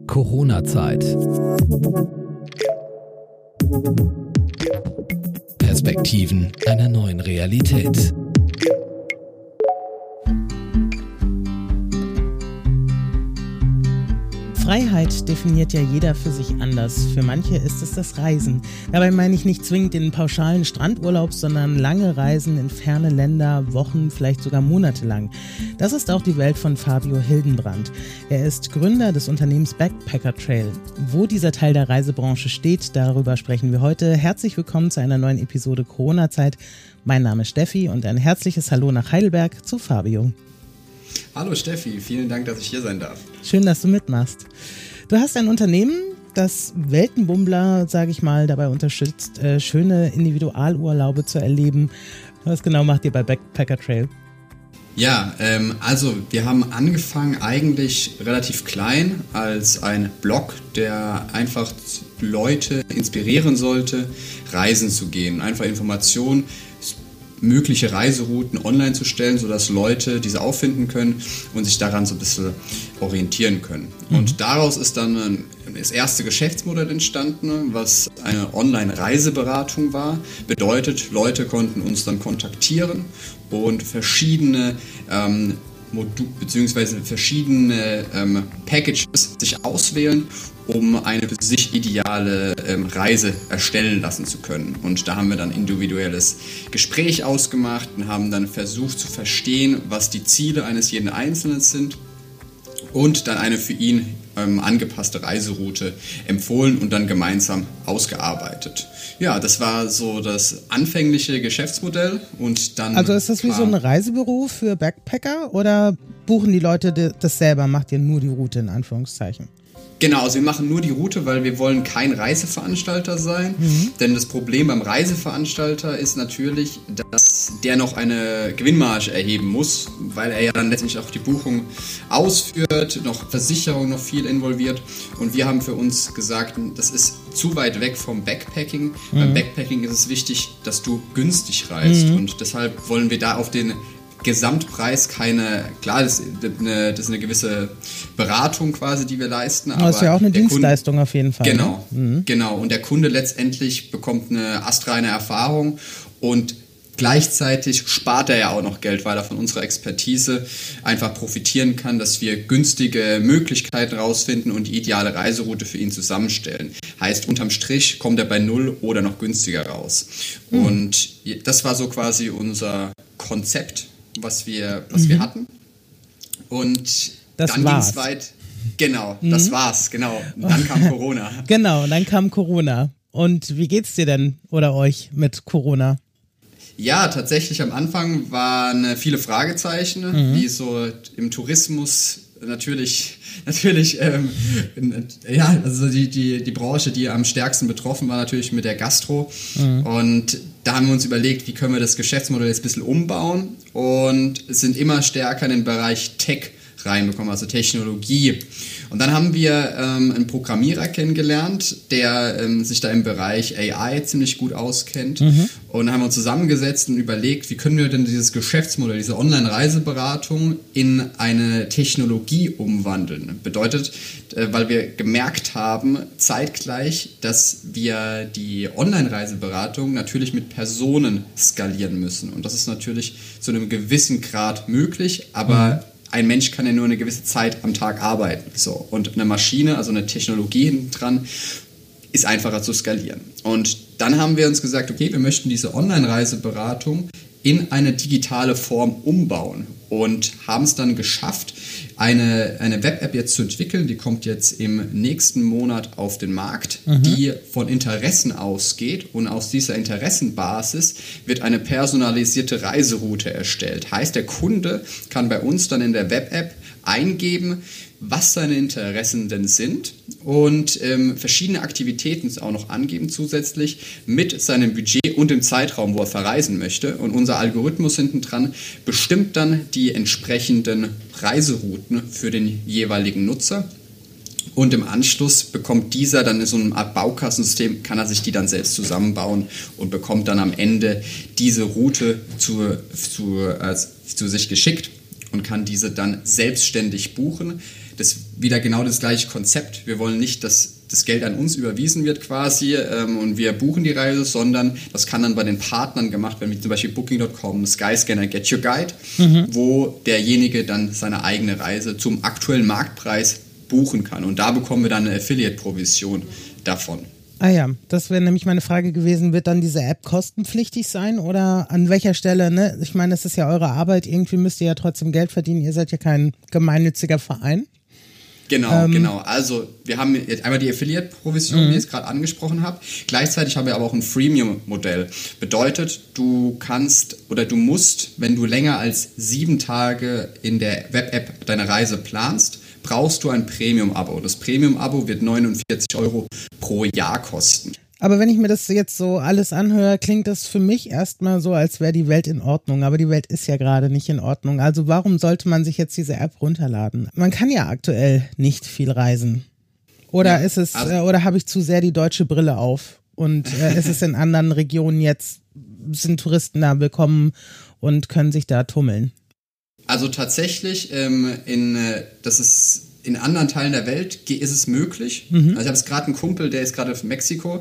Corona-Zeit. Perspektiven einer neuen Realität. Freiheit definiert ja jeder für sich anders. Für manche ist es das Reisen. Dabei meine ich nicht zwingend den pauschalen Strandurlaub, sondern lange Reisen in ferne Länder, Wochen, vielleicht sogar Monate lang. Das ist auch die Welt von Fabio Hildenbrand. Er ist Gründer des Unternehmens Backpacker Trail. Wo dieser Teil der Reisebranche steht, darüber sprechen wir heute. Herzlich willkommen zu einer neuen Episode Corona-Zeit. Mein Name ist Steffi und ein herzliches Hallo nach Heidelberg zu Fabio. Hallo Steffi, vielen Dank, dass ich hier sein darf. Schön, dass du mitmachst. Du hast ein Unternehmen, das Weltenbummler, sage ich mal, dabei unterstützt, schöne Individualurlaube zu erleben. Was genau macht ihr bei Backpacker Trail? Ja, also wir haben angefangen eigentlich relativ klein als ein Blog, der einfach Leute inspirieren sollte, reisen zu gehen. Einfach Informationen, mögliche Reiserouten online zu stellen, sodass Leute diese auffinden können und sich daran so ein bisschen orientieren können. Und daraus ist dann das erste Geschäftsmodell entstanden, was eine Online-Reiseberatung war. Bedeutet, Leute konnten uns dann kontaktieren und verschiedene Packages sich auswählen, um eine für sich ideale Reise erstellen lassen zu können. Und da haben wir dann individuelles Gespräch ausgemacht und haben dann versucht zu verstehen, was die Ziele eines jeden Einzelnen sind und dann eine für ihn angepasste Reiseroute empfohlen und dann gemeinsam ausgearbeitet. Ja, das war so das anfängliche Geschäftsmodell und dann... Also ist das wie so ein Reisebüro für Backpacker oder buchen die Leute das selber, macht ihr nur die Route in Anführungszeichen? Genau, also wir machen nur die Route, weil wir wollen kein Reiseveranstalter sein, denn das Problem beim Reiseveranstalter ist natürlich, dass der noch eine Gewinnmarge erheben muss, weil er ja dann letztendlich auch die Buchung ausführt, noch Versicherung noch viel involviert und wir haben für uns gesagt, das ist zu weit weg vom Backpacking. Beim Backpacking ist es wichtig, dass du günstig reist und deshalb wollen wir da auf den Gesamtpreis klar, das ist eine gewisse Beratung quasi, die wir leisten. Aber das ist ja auch eine Dienstleistung Kunde, auf jeden Fall. Genau, ne? Genau. Und der Kunde letztendlich bekommt eine astreine Erfahrung und gleichzeitig spart er ja auch noch Geld, weil er von unserer Expertise einfach profitieren kann, dass wir günstige Möglichkeiten rausfinden und die ideale Reiseroute für ihn zusammenstellen. Heißt, unterm Strich kommt er bei 0 oder noch günstiger raus. Und das war so quasi unser Konzept, was wir hatten. Und das dann ging es weit. Genau, das war's, genau. Und dann kam Corona. Genau, und dann kam Corona. Und wie geht's dir denn oder euch mit Corona? Ja, tatsächlich am Anfang waren viele Fragezeichen, wie so im Tourismus natürlich, ja, also die Branche, die am stärksten betroffen war, natürlich mit der Gastro. Und da haben wir uns überlegt, wie können wir das Geschäftsmodell jetzt ein bisschen umbauen und sind immer stärker in den Bereich Tech reinbekommen, also Technologie. Und dann haben wir einen Programmierer kennengelernt, der sich da im Bereich AI ziemlich gut auskennt. Und dann haben wir uns zusammengesetzt und überlegt, wie können wir denn dieses Geschäftsmodell, diese Online-Reiseberatung in eine Technologie umwandeln. Bedeutet, weil wir gemerkt haben, zeitgleich, dass wir die Online-Reiseberatung natürlich mit Personen skalieren müssen. Und das ist natürlich zu einem gewissen Grad möglich, aber ein Mensch kann ja nur eine gewisse Zeit am Tag arbeiten. So. Und eine Maschine, also eine Technologie hinten dran, ist einfacher zu skalieren. Und dann haben wir uns gesagt, okay, wir möchten diese Online-Reiseberatung in eine digitale Form umbauen und haben es dann geschafft, eine Web-App jetzt zu entwickeln, die kommt jetzt im nächsten Monat auf den Markt, die von Interessen ausgeht und aus dieser Interessenbasis wird eine personalisierte Reiseroute erstellt. Heißt, der Kunde kann bei uns dann in der Web-App eingeben, was seine Interessen denn sind und verschiedene Aktivitäten auch noch angeben zusätzlich mit seinem Budget und dem Zeitraum, wo er verreisen möchte. Und unser Algorithmus hinten dran bestimmt dann die entsprechenden Reiserouten für den jeweiligen Nutzer. Und im Anschluss bekommt dieser dann in so einer Art Baukastensystem, kann er sich die dann selbst zusammenbauen und bekommt dann am Ende diese Route zu sich geschickt und kann diese dann selbstständig buchen. Das wieder genau das gleiche Konzept. Wir wollen nicht, dass das Geld an uns überwiesen wird quasi und wir buchen die Reise, sondern das kann dann bei den Partnern gemacht werden, wie zum Beispiel Booking.com, Skyscanner, Get Your Guide, wo derjenige dann seine eigene Reise zum aktuellen Marktpreis buchen kann. Und da bekommen wir dann eine Affiliate-Provision davon. Ah ja, das wäre nämlich meine Frage gewesen, wird dann diese App kostenpflichtig sein oder an welcher Stelle, ne? Ich meine, das ist ja eure Arbeit, irgendwie müsst ihr ja trotzdem Geld verdienen, ihr seid ja kein gemeinnütziger Verein. Genau. Also wir haben jetzt einmal die Affiliate-Provision, die ich jetzt gerade angesprochen habe. Gleichzeitig haben wir aber auch ein Freemium-Modell. Bedeutet, du kannst oder du musst, wenn du länger als 7 Tage in der Web-App deine Reise planst, brauchst du ein Premium-Abo. Das Premium-Abo wird 49 € pro Jahr kosten. Aber wenn ich mir das jetzt so alles anhöre, klingt das für mich erstmal so, als wäre die Welt in Ordnung. Aber die Welt ist ja gerade nicht in Ordnung. Also warum sollte man sich jetzt diese App runterladen? Man kann ja aktuell nicht viel reisen. Oder oder habe ich zu sehr die deutsche Brille auf? Und ist es in anderen Regionen jetzt, sind Touristen da willkommen und können sich da tummeln? Also tatsächlich, das ist in anderen Teilen der Welt ist es möglich. Also ich habe jetzt gerade einen Kumpel, der ist gerade in Mexiko,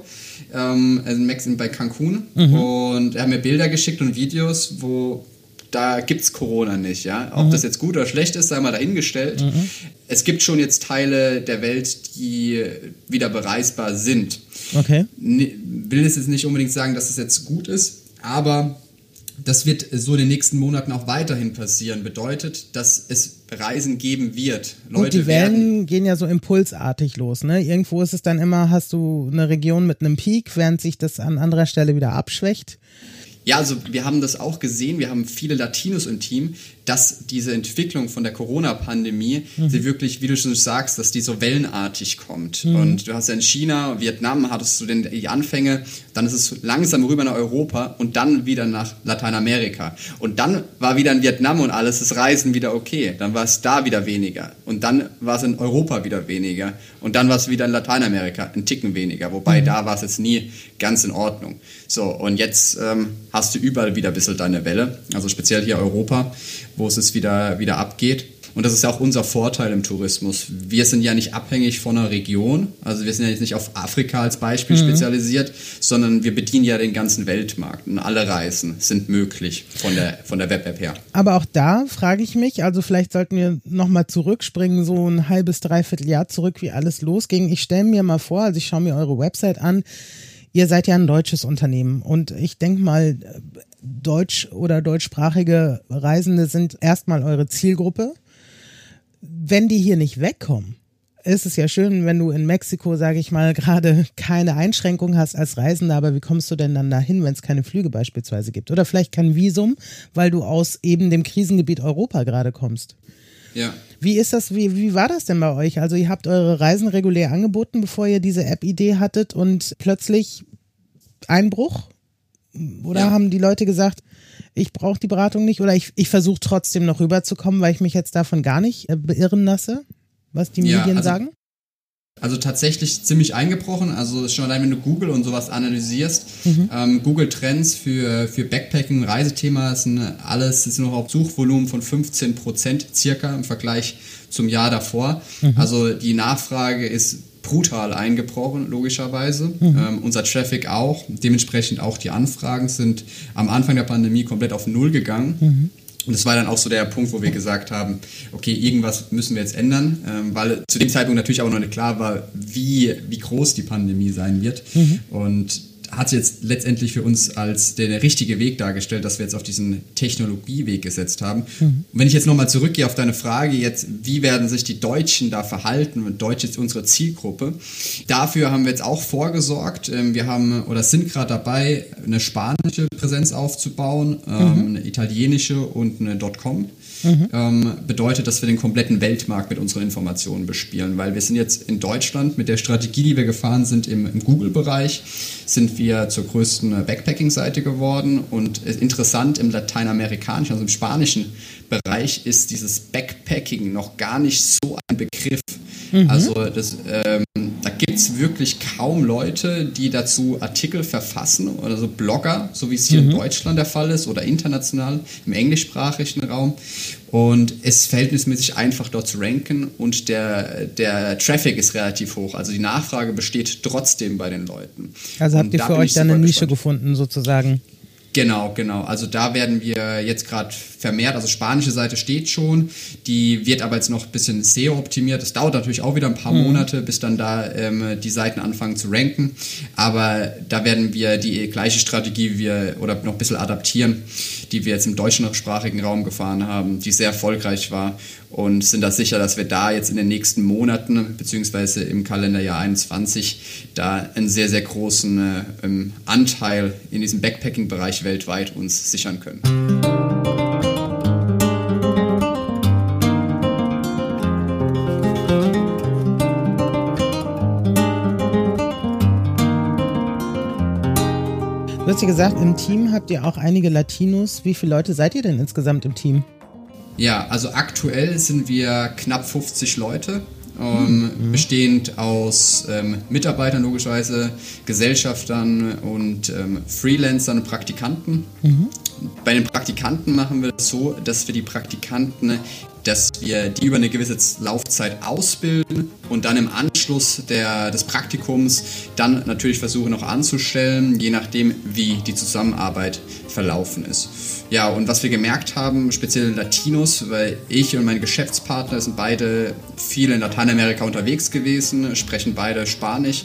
bei Cancun, und er hat mir Bilder geschickt und Videos, wo da gibt's Corona nicht, ja. Ob das jetzt gut oder schlecht ist, sei mal dahingestellt. Es gibt schon jetzt Teile der Welt, die wieder bereisbar sind. Okay. Will es jetzt nicht unbedingt sagen, dass es jetzt gut ist, aber das wird so in den nächsten Monaten auch weiterhin passieren. Bedeutet, dass es Reisen geben wird. Und die Wellen gehen ja so impulsartig los, ne? Irgendwo ist es dann immer, hast du eine Region mit einem Peak, während sich das an anderer Stelle wieder abschwächt. Ja, also wir haben das auch gesehen, wir haben viele Latinos im Team, dass diese Entwicklung von der Corona-Pandemie, sie wirklich, wie du schon sagst, dass die so wellenartig kommt. Und du hast ja in China, Vietnam hattest du die Anfänge, dann ist es langsam rüber nach Europa und dann wieder nach Lateinamerika. Und dann war wieder in Vietnam und alles, das Reisen wieder okay. Dann war es da wieder weniger. Und dann war es in Europa wieder weniger. Und dann war es wieder in Lateinamerika ein Ticken weniger. Wobei da war es jetzt nie ganz in Ordnung. So, und jetzt hast du überall wieder ein bisschen deine Welle. Also speziell hier Europa, wo es wieder abgeht. Und das ist ja auch unser Vorteil im Tourismus. Wir sind ja nicht abhängig von einer Region. Also wir sind ja jetzt nicht auf Afrika als Beispiel spezialisiert, sondern wir bedienen ja den ganzen Weltmarkt. Und alle Reisen sind möglich von der Web-App her. Aber auch da frage ich mich, also vielleicht sollten wir nochmal zurückspringen, so ein halbes, dreiviertel Jahr zurück, wie alles losging. Ich stelle mir mal vor, also ich schaue mir eure Website an, ihr seid ja ein deutsches Unternehmen und ich denke mal, deutsch- oder deutschsprachige Reisende sind erstmal eure Zielgruppe. Wenn die hier nicht wegkommen, ist es ja schön, wenn du in Mexiko, sage ich mal, gerade keine Einschränkung hast als Reisender, aber wie kommst du denn dann dahin, wenn es keine Flüge beispielsweise gibt? Oder vielleicht kein Visum, weil du aus eben dem Krisengebiet Europa gerade kommst. Ja. Wie ist das, wie war das denn bei euch? Also ihr habt eure Reisen regulär angeboten, bevor ihr diese App-Idee hattet und plötzlich Einbruch? Oder haben die Leute gesagt, ich brauche die Beratung nicht oder ich versuche trotzdem noch rüberzukommen, weil ich mich jetzt davon gar nicht beirren lasse, was die Medien sagen? Also tatsächlich ziemlich eingebrochen. Also schon allein, wenn du Google und sowas analysierst, Google Trends für Backpacking, Reisethema sind noch auf Suchvolumen von 15% circa im Vergleich zum Jahr davor. Also die Nachfrage ist brutal eingebrochen, logischerweise. Unser Traffic auch. Dementsprechend auch die Anfragen sind am Anfang der Pandemie komplett auf Null gegangen. Und das war dann auch so der Punkt, wo wir gesagt haben, okay, irgendwas müssen wir jetzt ändern, weil zu dem Zeitpunkt natürlich auch noch nicht klar war, wie groß die Pandemie sein wird. Und hat sich jetzt letztendlich für uns als der richtige Weg dargestellt, dass wir jetzt auf diesen Technologieweg gesetzt haben. Und wenn ich jetzt nochmal zurückgehe auf deine Frage jetzt, wie werden sich die Deutschen da verhalten? Und Deutsch ist unsere Zielgruppe. Dafür haben wir jetzt auch vorgesorgt. Wir sind gerade dabei, eine spanische Präsenz aufzubauen, eine italienische und eine .com. Bedeutet, dass wir den kompletten Weltmarkt mit unseren Informationen bespielen, weil wir sind jetzt in Deutschland mit der Strategie, die wir gefahren sind im Google-Bereich, sind wir zur größten Backpacking-Seite geworden und interessant im lateinamerikanischen, also im spanischen Bereich ist dieses Backpacking noch gar nicht so ein Begriff. Also da gibt es wirklich kaum Leute, die dazu Artikel verfassen oder so Blogger, so wie es hier in Deutschland der Fall ist oder international im englischsprachigen Raum. Und es ist verhältnismäßig einfach dort zu ranken und der Traffic ist relativ hoch. Also die Nachfrage besteht trotzdem bei den Leuten. Also habt ihr für euch dann eine Nische gefunden sozusagen? Genau. Also da werden wir jetzt gerade vermehrt, also spanische Seite steht schon, die wird aber jetzt noch ein bisschen SEO optimiert. Das dauert natürlich auch wieder ein paar Monate, bis dann da die Seiten anfangen zu ranken. Aber da werden wir die gleiche Strategie oder noch ein bisschen adaptieren, die wir jetzt im deutschsprachigen Raum gefahren haben, die sehr erfolgreich war. Und sind da sicher, dass wir da jetzt in den nächsten Monaten, beziehungsweise im Kalenderjahr 2021, da einen sehr, sehr großen Anteil in diesem Backpacking-Bereich weltweit uns sichern können. Du hast ja gesagt, im Team habt ihr auch einige Latinos. Wie viele Leute seid ihr denn insgesamt im Team? Ja, also aktuell sind wir knapp 50 Leute, bestehend aus Mitarbeitern logischerweise, Gesellschaftern und Freelancern und Praktikanten. Bei den Praktikanten machen wir das so, dass wir die Praktikanten, dass wir die über eine gewisse Laufzeit ausbilden und dann im Anschluss des Praktikums dann natürlich versuchen noch anzustellen, je nachdem, wie die Zusammenarbeit verlaufen ist. Ja, und was wir gemerkt haben, speziell Latinos, weil ich und mein Geschäftspartner sind beide viel in Lateinamerika unterwegs gewesen, sprechen beide Spanisch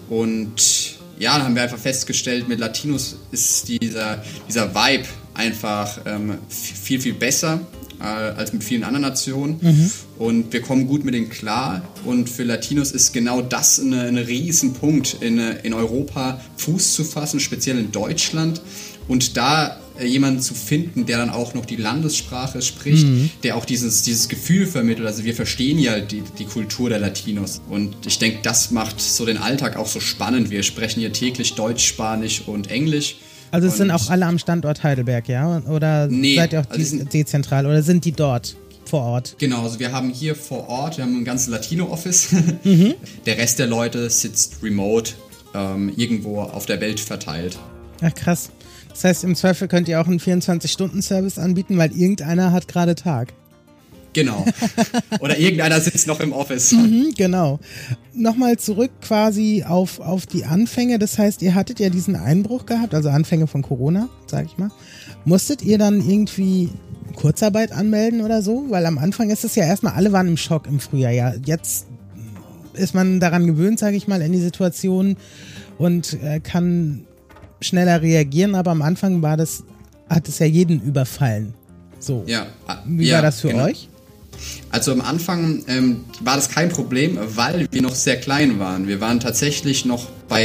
und ja, dann haben wir einfach festgestellt, mit Latinos ist dieser Vibe einfach viel, viel besser als mit vielen anderen Nationen und wir kommen gut mit denen klar und für Latinos ist genau das ein Riesenpunkt in Europa Fuß zu fassen, speziell in Deutschland und da jemanden zu finden, der dann auch noch die Landessprache spricht, der auch dieses Gefühl vermittelt. Also wir verstehen ja die Kultur der Latinos und ich denke, das macht so den Alltag auch so spannend. Wir sprechen hier täglich Deutsch, Spanisch und Englisch. Also es sind auch alle am Standort Heidelberg, ja? Oder seid ihr auch dezentral oder sind die dort vor Ort? Genau, also wir haben hier vor Ort, wir haben ein ganzes Latino-Office. Der Rest der Leute sitzt remote irgendwo auf der Welt verteilt. Ach krass. Das heißt, im Zweifel könnt ihr auch einen 24-Stunden-Service anbieten, weil irgendeiner hat gerade Tag. Genau. Oder irgendeiner sitzt noch im Office. Genau. Nochmal zurück quasi auf die Anfänge. Das heißt, ihr hattet ja diesen Einbruch gehabt, also Anfänge von Corona, sag ich mal. Musstet ihr dann irgendwie Kurzarbeit anmelden oder so? Weil am Anfang ist es ja erstmal, alle waren im Schock im Frühjahr. Ja, jetzt ist man daran gewöhnt, sage ich mal, in die Situation und kann schneller reagieren, aber am Anfang hat es ja jeden überfallen. So. Ja. Wie war das für euch? Also am Anfang war das kein Problem, weil wir noch sehr klein waren. Wir waren tatsächlich noch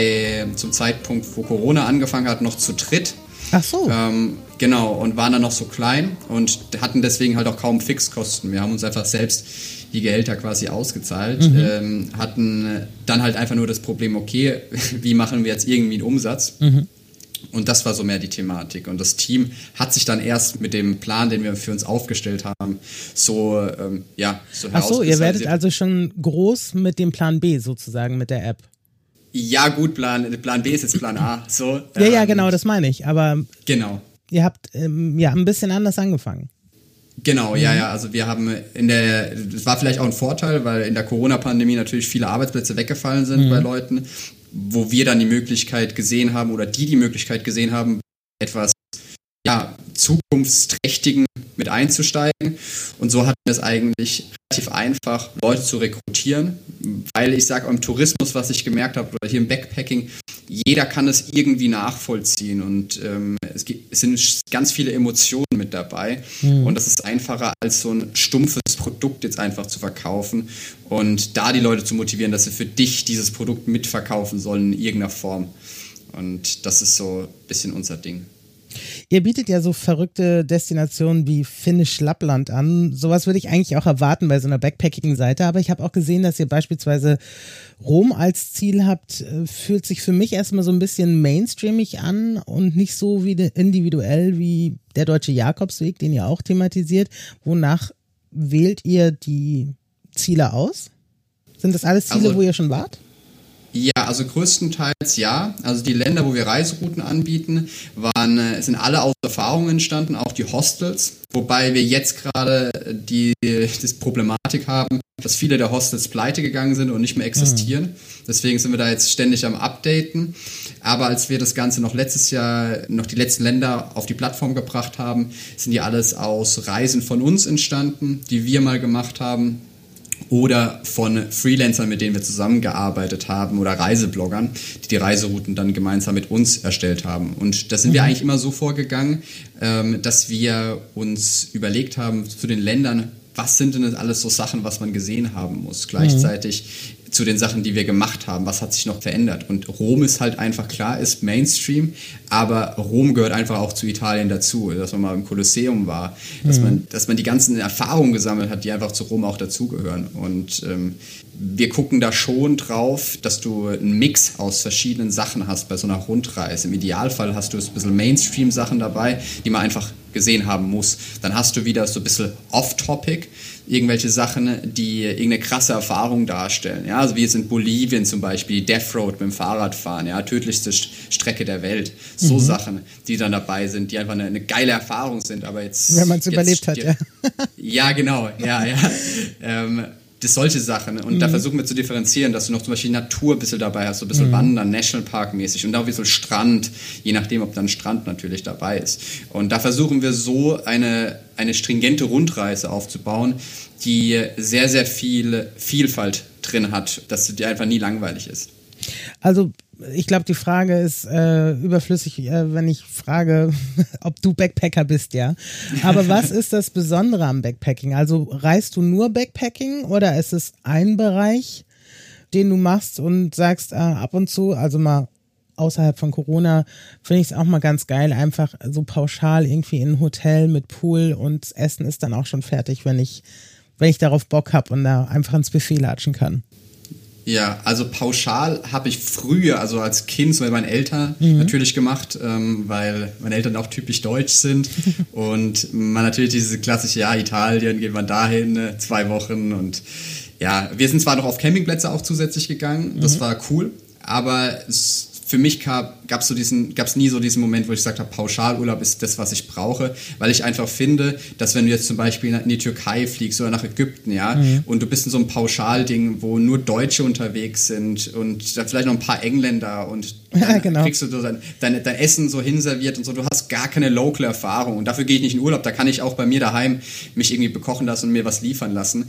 zum Zeitpunkt, wo Corona angefangen hat, noch zu dritt. Ach so. Genau, und waren dann noch so klein und hatten deswegen halt auch kaum Fixkosten. Wir haben uns einfach selbst die Gehälter quasi ausgezahlt, hatten dann halt einfach nur das Problem, okay, wie machen wir jetzt irgendwie einen Umsatz? Und das war so mehr die Thematik. Und das Team hat sich dann erst mit dem Plan, den wir für uns aufgestellt haben, so herauskristallisiert. Ach so, ihr werdet also schon groß mit dem Plan B sozusagen, mit der App. Ja gut, Plan B ist jetzt Plan A. So, ja, genau, das meine ich. Aber genau. Ihr habt ein bisschen anders angefangen. Genau, ja, also wir haben das war vielleicht auch ein Vorteil, weil in der Corona-Pandemie natürlich viele Arbeitsplätze weggefallen sind bei Leuten, wo wir dann die Möglichkeit gesehen haben oder die Möglichkeit gesehen haben, etwas zukunftsträchtigen mit einzusteigen. Und so hatten wir es eigentlich relativ einfach, Leute zu rekrutieren, weil ich sage, im Tourismus, was ich gemerkt habe, oder hier im Backpacking, jeder kann es irgendwie nachvollziehen und es sind ganz viele Emotionen mit dabei und das ist einfacher als so ein stumpfes Produkt jetzt einfach zu verkaufen und da die Leute zu motivieren, dass sie für dich dieses Produkt mitverkaufen sollen in irgendeiner Form und das ist so ein bisschen unser Ding. Ihr bietet ja so verrückte Destinationen wie Finnisch Lappland an. Sowas würde ich eigentlich auch erwarten bei so einer Backpacking-Seite. Aber ich habe auch gesehen, dass ihr beispielsweise Rom als Ziel habt. Fühlt sich für mich erstmal so ein bisschen mainstreamig an und nicht so wie individuell wie der Deutsche Jakobsweg, den ihr auch thematisiert. Wonach wählt ihr die Ziele aus? Sind das alles Ziele, wo ihr schon wart? Ja, also größtenteils ja. Also die Länder, wo wir Reiserouten anbieten, sind alle aus Erfahrungen entstanden, auch die Hostels. Wobei wir jetzt gerade die Problematik haben, dass viele der Hostels pleite gegangen sind und nicht mehr existieren. Deswegen sind wir da jetzt ständig am Updaten. Aber als wir das Ganze noch letztes Jahr, noch die letzten Länder auf die Plattform gebracht haben, sind die alles aus Reisen von uns entstanden, die wir mal gemacht haben. Oder von Freelancern, mit denen wir zusammengearbeitet haben oder Reisebloggern, die Reiserouten dann gemeinsam mit uns erstellt haben. Und da sind wir eigentlich immer so vorgegangen, dass wir uns überlegt haben zu den Ländern, was sind denn alles so Sachen, was man gesehen haben muss, gleichzeitig zu den Sachen, die wir gemacht haben, was hat sich noch verändert. Und Rom ist halt einfach klar, ist Mainstream, aber Rom gehört einfach auch zu Italien dazu, dass man mal im Kolosseum war, dass man die ganzen Erfahrungen gesammelt hat, die einfach zu Rom auch dazugehören. Und wir gucken da schon drauf, dass du einen Mix aus verschiedenen Sachen hast bei so einer Rundreise. Im Idealfall hast du ein bisschen Mainstream-Sachen dabei, die man einfach gesehen haben muss. Dann hast du wieder so ein bisschen Off-Topic, irgendwelche Sachen, die irgendeine krasse Erfahrung darstellen. Ja, also wie jetzt in Bolivien zum Beispiel, Death Road mit dem Fahrradfahren, ja, tödlichste Strecke der Welt. So Sachen, die dann dabei sind, die einfach eine geile Erfahrung sind. Aber jetzt, wenn man es überlebt hat, ja. Ja, genau, ja. Das solche Sachen. Und da versuchen wir zu differenzieren, dass du noch zum Beispiel Natur ein bisschen dabei hast, so ein bisschen Wandern, Nationalpark-mäßig und auch ein bisschen Strand, je nachdem, ob dann Strand natürlich dabei ist. Und da versuchen wir so eine stringente Rundreise aufzubauen, die sehr, sehr viel Vielfalt drin hat, dass dir einfach nie langweilig ist. Also ich glaube, die Frage ist überflüssig, wenn ich frage, ob du Backpacker bist, ja. Aber was ist das Besondere am Backpacking? Also reist du nur Backpacking oder ist es ein Bereich, den du machst und sagst ab und zu, also mal außerhalb von Corona, finde ich es auch mal ganz geil, einfach so pauschal irgendwie in ein Hotel mit Pool und das Essen ist dann auch schon fertig, wenn ich darauf Bock habe und da einfach ins Buffet latschen kann. Ja, also pauschal habe ich früher, also als Kind, so bei meinen Eltern natürlich gemacht, weil meine Eltern auch typisch deutsch sind und man natürlich diese klassische, ja, Italien, geht man dahin, 2 Wochen und ja, wir sind zwar noch auf Campingplätze auch zusätzlich gegangen, das war cool, aber für mich gab's nie so diesen Moment, wo ich gesagt habe, Pauschalurlaub ist das, was ich brauche, weil ich einfach finde, dass wenn du jetzt zum Beispiel in die Türkei fliegst oder nach Ägypten, ja, und du bist in so einem Pauschalding, wo nur Deutsche unterwegs sind und dann vielleicht noch ein paar Engländer und dann kriegst du so dein Essen so hinserviert und so, du hast gar keine Local-Erfahrung und dafür gehe ich nicht in Urlaub, da kann ich auch bei mir daheim mich irgendwie bekochen lassen und mir was liefern lassen.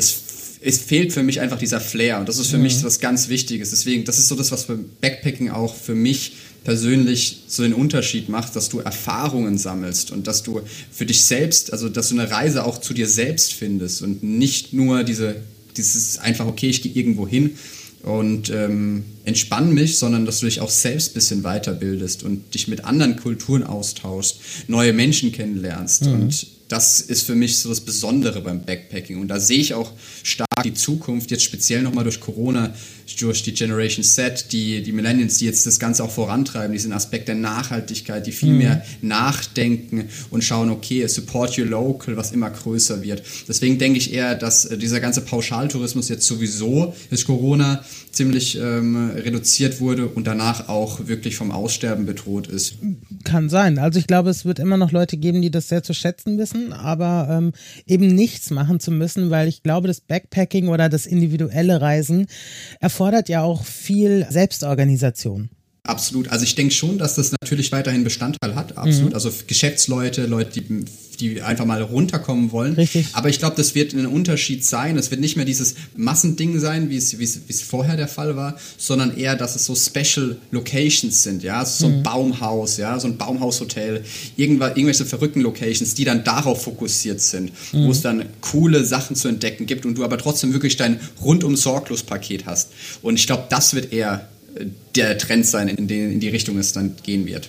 Es fehlt für mich einfach dieser Flair und das ist für mich was ganz Wichtiges. Deswegen, das ist so das, was beim Backpacking auch für mich persönlich so den Unterschied macht, dass du Erfahrungen sammelst und dass du für dich selbst, also dass du eine Reise auch zu dir selbst findest und nicht nur dieses einfach, okay, ich gehe irgendwo hin und entspann mich, sondern dass du dich auch selbst ein bisschen weiterbildest und dich mit anderen Kulturen austauschst, neue Menschen kennenlernst und das ist für mich so das Besondere beim Backpacking und da sehe ich auch stark die Zukunft, jetzt speziell nochmal durch Corona, durch die Generation Z, die Millennials, die jetzt das Ganze auch vorantreiben, diesen Aspekt der Nachhaltigkeit, die viel mehr nachdenken und schauen, okay, support your local, was immer größer wird. Deswegen denke ich eher, dass dieser ganze Pauschaltourismus jetzt sowieso durch Corona ziemlich reduziert wurde und danach auch wirklich vom Aussterben bedroht ist. Kann sein. Also ich glaube, es wird immer noch Leute geben, die das sehr zu schätzen wissen, aber eben nichts machen zu müssen, weil ich glaube, das Backpacking oder das individuelle Reisen erfordert ja auch viel Selbstorganisation. Absolut. Also ich denke schon, dass das natürlich weiterhin Bestandteil hat. Absolut. Also Geschäftsleute, Leute, die einfach mal runterkommen wollen. Richtig. Aber ich glaube, das wird ein Unterschied sein. Es wird nicht mehr dieses Massending sein, wie es vorher der Fall war, sondern eher, dass es so Special Locations sind. Ja, also so ein Baumhaus, ja, so ein Baumhaushotel, irgendwelche verrückten Locations, die dann darauf fokussiert sind, wo es dann coole Sachen zu entdecken gibt und du aber trotzdem wirklich dein rundum sorglos Paket hast. Und ich glaube, das wird eher der Trend sein, in die Richtung es dann gehen wird.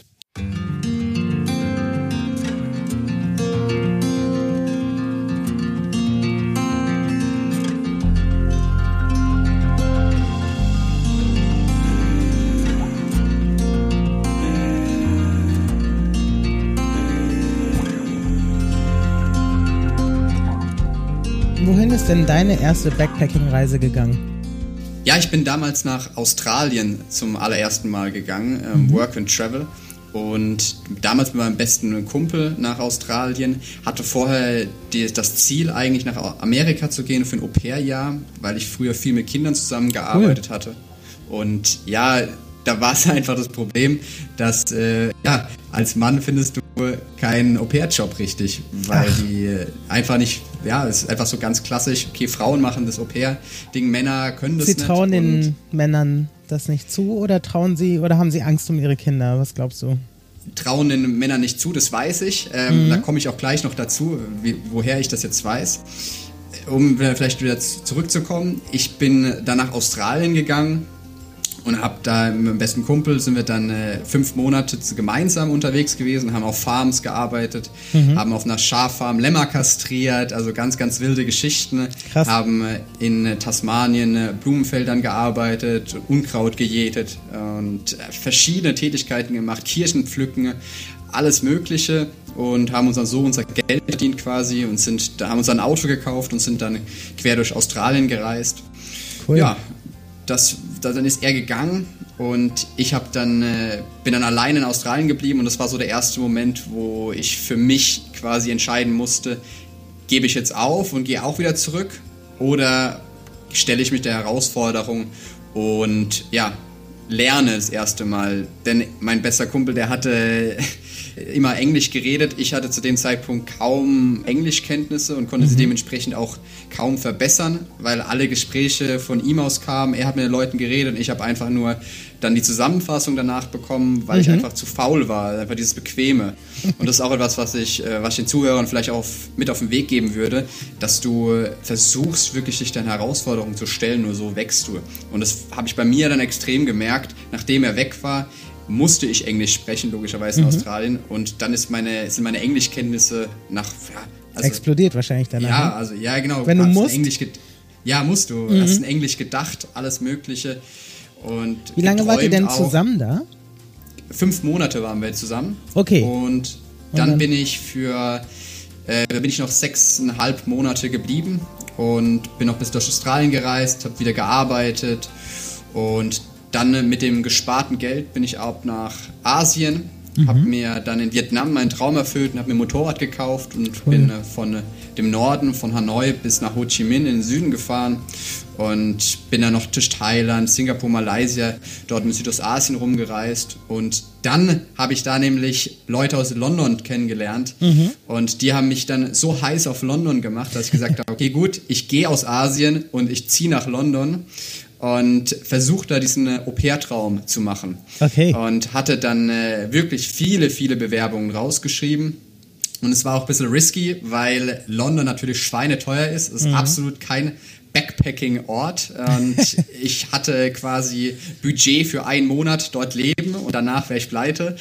Wohin ist denn deine erste Backpacking-Reise gegangen? Ja, ich bin damals nach Australien zum allerersten Mal gegangen, Work and Travel. Und damals mit meinem besten Kumpel nach Australien, hatte vorher das Ziel eigentlich nach Amerika zu gehen für ein Au-pair-Jahr, weil ich früher viel mit Kindern zusammengearbeitet hatte. Und ja, da war es einfach das Problem, dass als Mann findest du keinen Au-pair-Job richtig, weil die einfach nicht, es ist einfach so ganz klassisch, okay, Frauen machen das Au-pair-Ding, Männer können das nicht. Sie trauen den Männern das nicht zu oder haben sie Angst um ihre Kinder? Was glaubst du? Trauen den Männern nicht zu, das weiß ich. Da komme ich auch gleich noch dazu, woher ich das jetzt weiß. Um vielleicht wieder zurückzukommen, ich bin dann nach Australien gegangen und habe da mit meinem besten Kumpel sind wir dann 5 Monate gemeinsam unterwegs gewesen, haben auf Farms gearbeitet, haben auf einer Schaffarm Lämmer kastriert, also ganz, ganz wilde Geschichten. Krass. Haben in Tasmanien Blumenfeldern gearbeitet, Unkraut gejätet und verschiedene Tätigkeiten gemacht, Kirschen pflücken, alles Mögliche und haben uns dann so unser Geld verdient quasi und haben uns ein Auto gekauft und sind dann quer durch Australien gereist. Cool. Ja, dann ist er gegangen und ich bin dann allein in Australien geblieben und das war so der erste Moment, wo ich für mich quasi entscheiden musste, gebe ich jetzt auf und gehe auch wieder zurück oder stelle ich mich der Herausforderung und lerne das erste Mal, denn mein bester Kumpel, der hatte immer Englisch geredet. Ich hatte zu dem Zeitpunkt kaum Englischkenntnisse und konnte sie dementsprechend auch kaum verbessern, weil alle Gespräche von ihm aus kamen. Er hat mit den Leuten geredet und ich habe einfach nur dann die Zusammenfassung danach bekommen, weil ich einfach zu faul war, einfach dieses Bequeme. Und das ist auch etwas, was ich den Zuhörern vielleicht auch mit auf den Weg geben würde, dass du versuchst, wirklich dich deinen Herausforderungen zu stellen, nur so wächst du. Und das habe ich bei mir dann extrem gemerkt, nachdem er weg war, musste ich Englisch sprechen, logischerweise in Australien. Und dann sind meine Englischkenntnisse explodiert wahrscheinlich danach. Genau. Wenn du musst. Musst du. Hast in Englisch gedacht, alles Mögliche. Und wie lange wart ihr denn zusammen da? 5 Monate waren wir zusammen. Okay. Und dann bin ich noch 6,5 Monate geblieben und bin noch bis durch Australien gereist, habe wieder gearbeitet und dann mit dem gesparten Geld bin ich auch nach Asien, habe mir dann in Vietnam meinen Traum erfüllt und habe mir ein Motorrad gekauft und bin von dem Norden, von Hanoi bis nach Ho Chi Minh in den Süden gefahren und bin dann noch durch Thailand, Singapur, Malaysia, dort in Südostasien rumgereist und dann habe ich da nämlich Leute aus London kennengelernt und die haben mich dann so heiß auf London gemacht, dass ich gesagt habe, okay gut, ich gehe aus Asien und ich ziehe nach London und versucht da diesen Au-pair-Traum zu machen. Okay. Und hatte dann wirklich viele, viele Bewerbungen rausgeschrieben. Und es war auch ein bisschen risky, weil London natürlich schweineteuer ist. Es ist absolut kein Backpacking-Ort. Und ich hatte quasi Budget für 1 Monat dort leben und danach wäre ich pleite.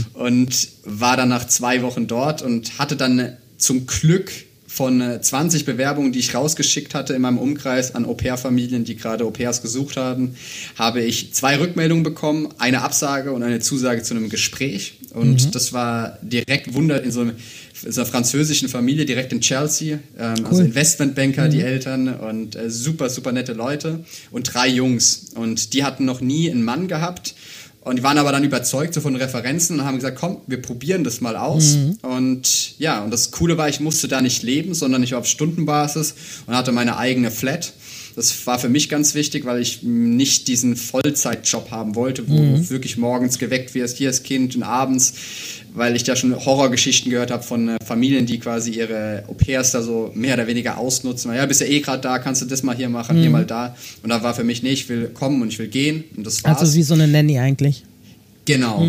Und war dann nach 2 Wochen dort und hatte dann zum Glück von 20 Bewerbungen, die ich rausgeschickt hatte in meinem Umkreis an Au-pair-Familien, die gerade Au-pairs gesucht haben, habe ich 2 Rückmeldungen bekommen, eine Absage und eine Zusage zu einem Gespräch. Und das war direkt in so einer französischen Familie, direkt in Chelsea. Cool. Also Investmentbanker, die Eltern und super, super nette Leute und 3 Jungs. Und die hatten noch nie einen Mann gehabt. Und die waren aber dann überzeugt so von Referenzen und haben gesagt, komm, wir probieren das mal aus. Und und das Coole war, ich musste da nicht leben, sondern ich war auf Stundenbasis und hatte meine eigene Flat. Das war für mich ganz wichtig, weil ich nicht diesen Vollzeitjob haben wollte, wo du wirklich morgens geweckt wirst, hier ist Kind und abends, weil ich da schon Horrorgeschichten gehört habe von Familien, die quasi ihre Au-pairs da so mehr oder weniger ausnutzen. Ja, bist ja eh gerade da, kannst du das mal hier machen, hier mal da. Und da war für mich, ich will kommen und ich will gehen. Und das war's. Also wie so eine Nanny eigentlich. Genau.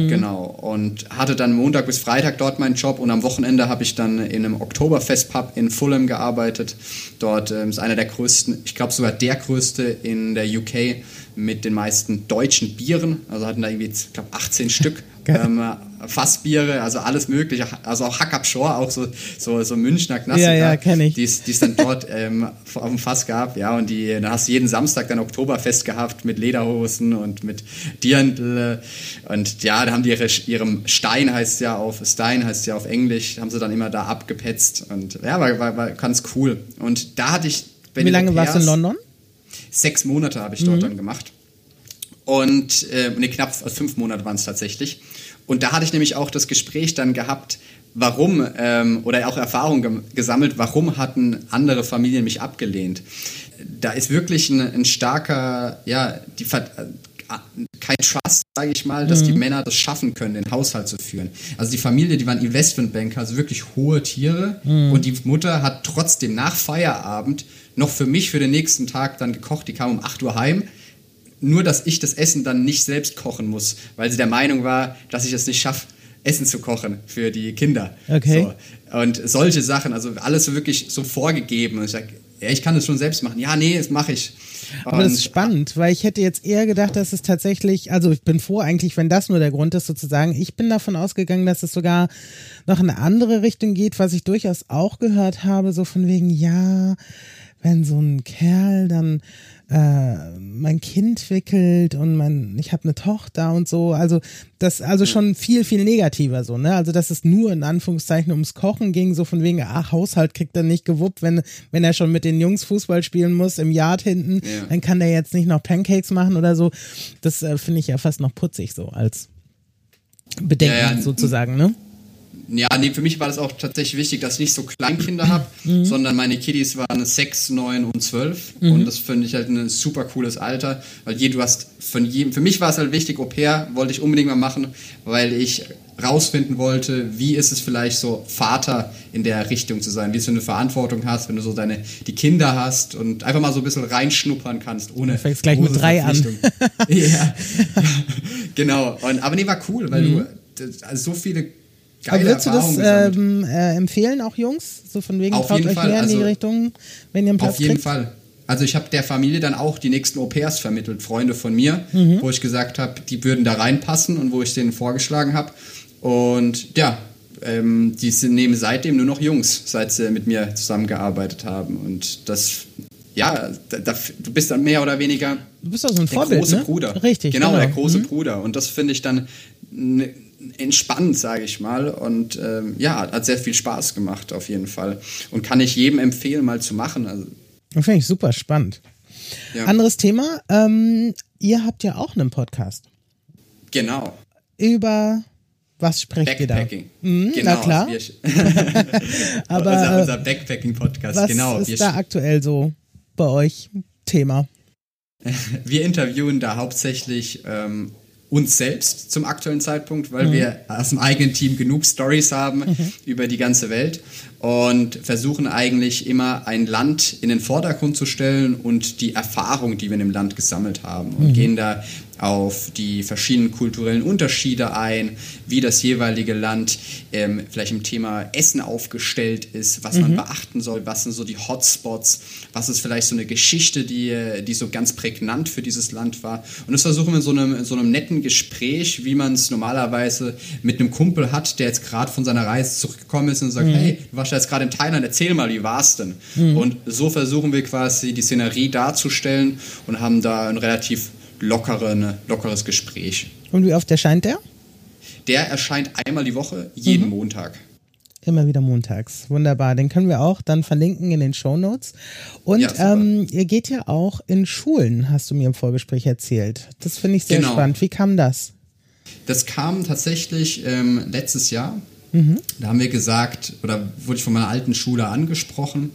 Und hatte dann Montag bis Freitag dort meinen Job und am Wochenende habe ich dann in einem Oktoberfest-Pub in Fulham gearbeitet. Dort ist einer der größten, ich glaube sogar der größte in der UK mit den meisten deutschen Bieren. Also hatten da irgendwie, ich glaube, 18 Stück. Fassbiere, also alles mögliche, also auch Hack up Shore, auch so Münchner Klassiker, ja, kenn ich. Die es dann dort auf dem Fass gab, ja, und dann hast du jeden Samstag dann Oktoberfest gehabt mit Lederhosen und mit Dirndl und ja, da haben die ihrem Stein heißt ja auf Englisch, haben sie dann immer da abgepetzt und ja, war ganz cool. Und da hatte ich... Wie lange warst du in London? 6 Monate habe ich dort dann gemacht. Und knapp 5 Monate waren es tatsächlich. Und da hatte ich nämlich auch das Gespräch dann gehabt, warum, oder auch Erfahrung gesammelt, warum hatten andere Familien mich abgelehnt. Da ist wirklich ein starker, kein Trust, sage ich mal, dass die Männer das schaffen können, den Haushalt zu führen. Also die Familie, die waren Investmentbanker, also wirklich hohe Tiere. Und die Mutter hat trotzdem nach Feierabend noch für mich für den nächsten Tag dann gekocht. Die kam um 8 Uhr heim. Nur, dass ich das Essen dann nicht selbst kochen muss, weil sie der Meinung war, dass ich es nicht schaffe, Essen zu kochen für die Kinder. Okay. So. Und solche Sachen, also alles so wirklich so vorgegeben. Und ich sage, ja, ich kann das schon selbst machen. Ja, nee, das mache ich. Aber das ist spannend, weil ich hätte jetzt eher gedacht, dass es tatsächlich, also ich bin froh eigentlich, wenn das nur der Grund ist sozusagen. Ich bin davon ausgegangen, dass es sogar noch in eine andere Richtung geht, was ich durchaus auch gehört habe, so von wegen, ja, wenn so ein Kerl dann mein Kind wickelt und ich habe eine Tochter und so, also das schon viel, viel negativer so, ne? Also dass es nur in Anführungszeichen ums Kochen ging, so von wegen, Haushalt kriegt er nicht gewuppt, wenn er schon mit den Jungs Fußball spielen muss im Yard hinten, dann kann der jetzt nicht noch Pancakes machen oder so. Das finde ich ja fast noch putzig so als Bedenken sozusagen, ne? Ja, nee, für mich war das auch tatsächlich wichtig, dass ich nicht so Kleinkinder habe, sondern meine Kiddies waren 6, 9 und 12 und das finde ich halt ein super cooles Alter, weil für mich war es halt wichtig, Au-pair wollte ich unbedingt mal machen, weil ich rausfinden wollte, wie ist es vielleicht so, Vater in der Richtung zu sein, wie es für eine Verantwortung hast, wenn du so die Kinder hast und einfach mal so ein bisschen reinschnuppern kannst, ohne. Du fängst gleich mit 3 an. Ja, genau. Aber nee, war cool, weil du so viele geile würdest du das empfehlen, auch Jungs? So von wegen, auf traut jeden euch Fall, mehr in die Richtung, wenn ihr einen Platz auf jeden kriegt? Fall. Also ich habe der Familie dann auch die nächsten Au-pairs vermittelt, Freunde von mir, wo ich gesagt habe, die würden da reinpassen und wo ich denen vorgeschlagen habe. Und ja, die nehmen seitdem nur noch Jungs, seit sie mit mir zusammengearbeitet haben. Und das, du bist dann mehr oder weniger du bist also ein der Vorbild, große ne? Bruder. Richtig, genau. Der große Bruder. Und das finde ich dann entspannt, sage ich mal. Und hat sehr viel Spaß gemacht auf jeden Fall. Und kann ich jedem empfehlen, mal zu machen. Also, das finde ich super spannend. Ja. Anderes Thema, ihr habt ja auch einen Podcast. Genau. Über was sprecht ihr da? Backpacking. Genau, na klar. Aber unser Backpacking-Podcast, was genau. Was ist da aktuell so bei euch Thema? Wir interviewen da hauptsächlich uns selbst zum aktuellen Zeitpunkt, weil wir aus dem eigenen Team genug Storys haben über die ganze Welt und versuchen eigentlich immer ein Land in den Vordergrund zu stellen und die Erfahrung, die wir in dem Land gesammelt haben und gehen da auf die verschiedenen kulturellen Unterschiede ein, wie das jeweilige Land vielleicht im Thema Essen aufgestellt ist, was man beachten soll, was sind so die Hotspots, was ist vielleicht so eine Geschichte, die so ganz prägnant für dieses Land war. Und das versuchen wir in so einem netten Gespräch, wie man es normalerweise mit einem Kumpel hat, der jetzt gerade von seiner Reise zurückgekommen ist und sagt, hey, du warst jetzt gerade in Thailand, erzähl mal, wie war's denn? Und so versuchen wir quasi die Szenerie darzustellen und haben da ein relativ lockeres Gespräch. Und wie oft erscheint der? Der erscheint einmal die Woche, jeden Montag. Immer wieder montags. Wunderbar. Den können wir auch dann verlinken in den Shownotes. Und ihr geht ja auch in Schulen, hast du mir im Vorgespräch erzählt. Das finde ich sehr spannend. Wie kam das? Das kam tatsächlich letztes Jahr. Da haben wir gesagt, oder wurde ich von meiner alten Schule angesprochen,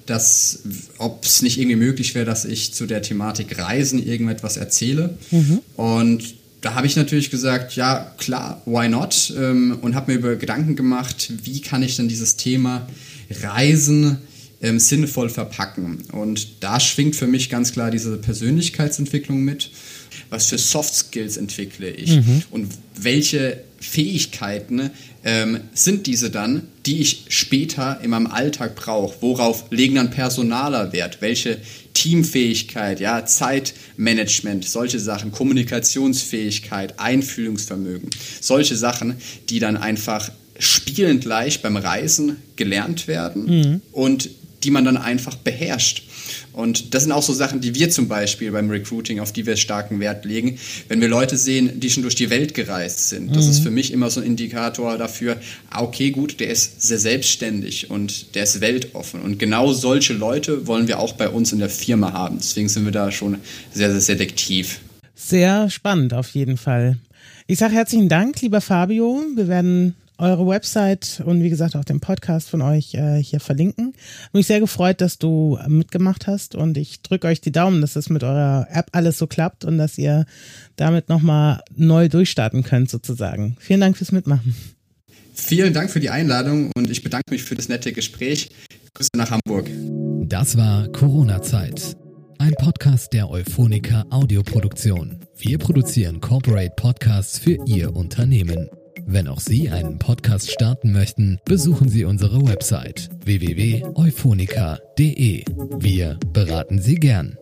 ob es nicht irgendwie möglich wäre, dass ich zu der Thematik Reisen irgendetwas erzähle. Und da habe ich natürlich gesagt, ja klar, why not? Und habe mir Gedanken gemacht, wie kann ich denn dieses Thema Reisen sinnvoll verpacken. Und da schwingt für mich ganz klar diese Persönlichkeitsentwicklung mit. Was für Soft Skills entwickle ich und welche Fähigkeiten sind diese dann, die ich später in meinem Alltag brauche? Worauf legen dann Personaler Wert? Welche Teamfähigkeit, Zeitmanagement, solche Sachen, Kommunikationsfähigkeit, Einfühlungsvermögen, solche Sachen, die dann einfach spielend leicht beim Reisen gelernt werden und die man dann einfach beherrscht. Und das sind auch so Sachen, die wir zum Beispiel beim Recruiting, auf die wir starken Wert legen. Wenn wir Leute sehen, die schon durch die Welt gereist sind, das ist für mich immer so ein Indikator dafür, okay, gut, der ist sehr selbstständig und der ist weltoffen. Und genau solche Leute wollen wir auch bei uns in der Firma haben. Deswegen sind wir da schon sehr, sehr selektiv. Sehr spannend auf jeden Fall. Ich sage herzlichen Dank, lieber Fabio. Wir werden eure Website und wie gesagt auch den Podcast von euch hier verlinken. Ich bin mich sehr gefreut, dass du mitgemacht hast und ich drücke euch die Daumen, dass das mit eurer App alles so klappt und dass ihr damit nochmal neu durchstarten könnt sozusagen. Vielen Dank fürs Mitmachen. Vielen Dank für die Einladung und ich bedanke mich für das nette Gespräch. Grüße nach Hamburg. Das war Corona-Zeit. Ein Podcast der Euphonica Audioproduktion. Wir produzieren Corporate Podcasts für Ihr Unternehmen. Wenn auch Sie einen Podcast starten möchten, besuchen Sie unsere Website www.euphonica.de. Wir beraten Sie gern.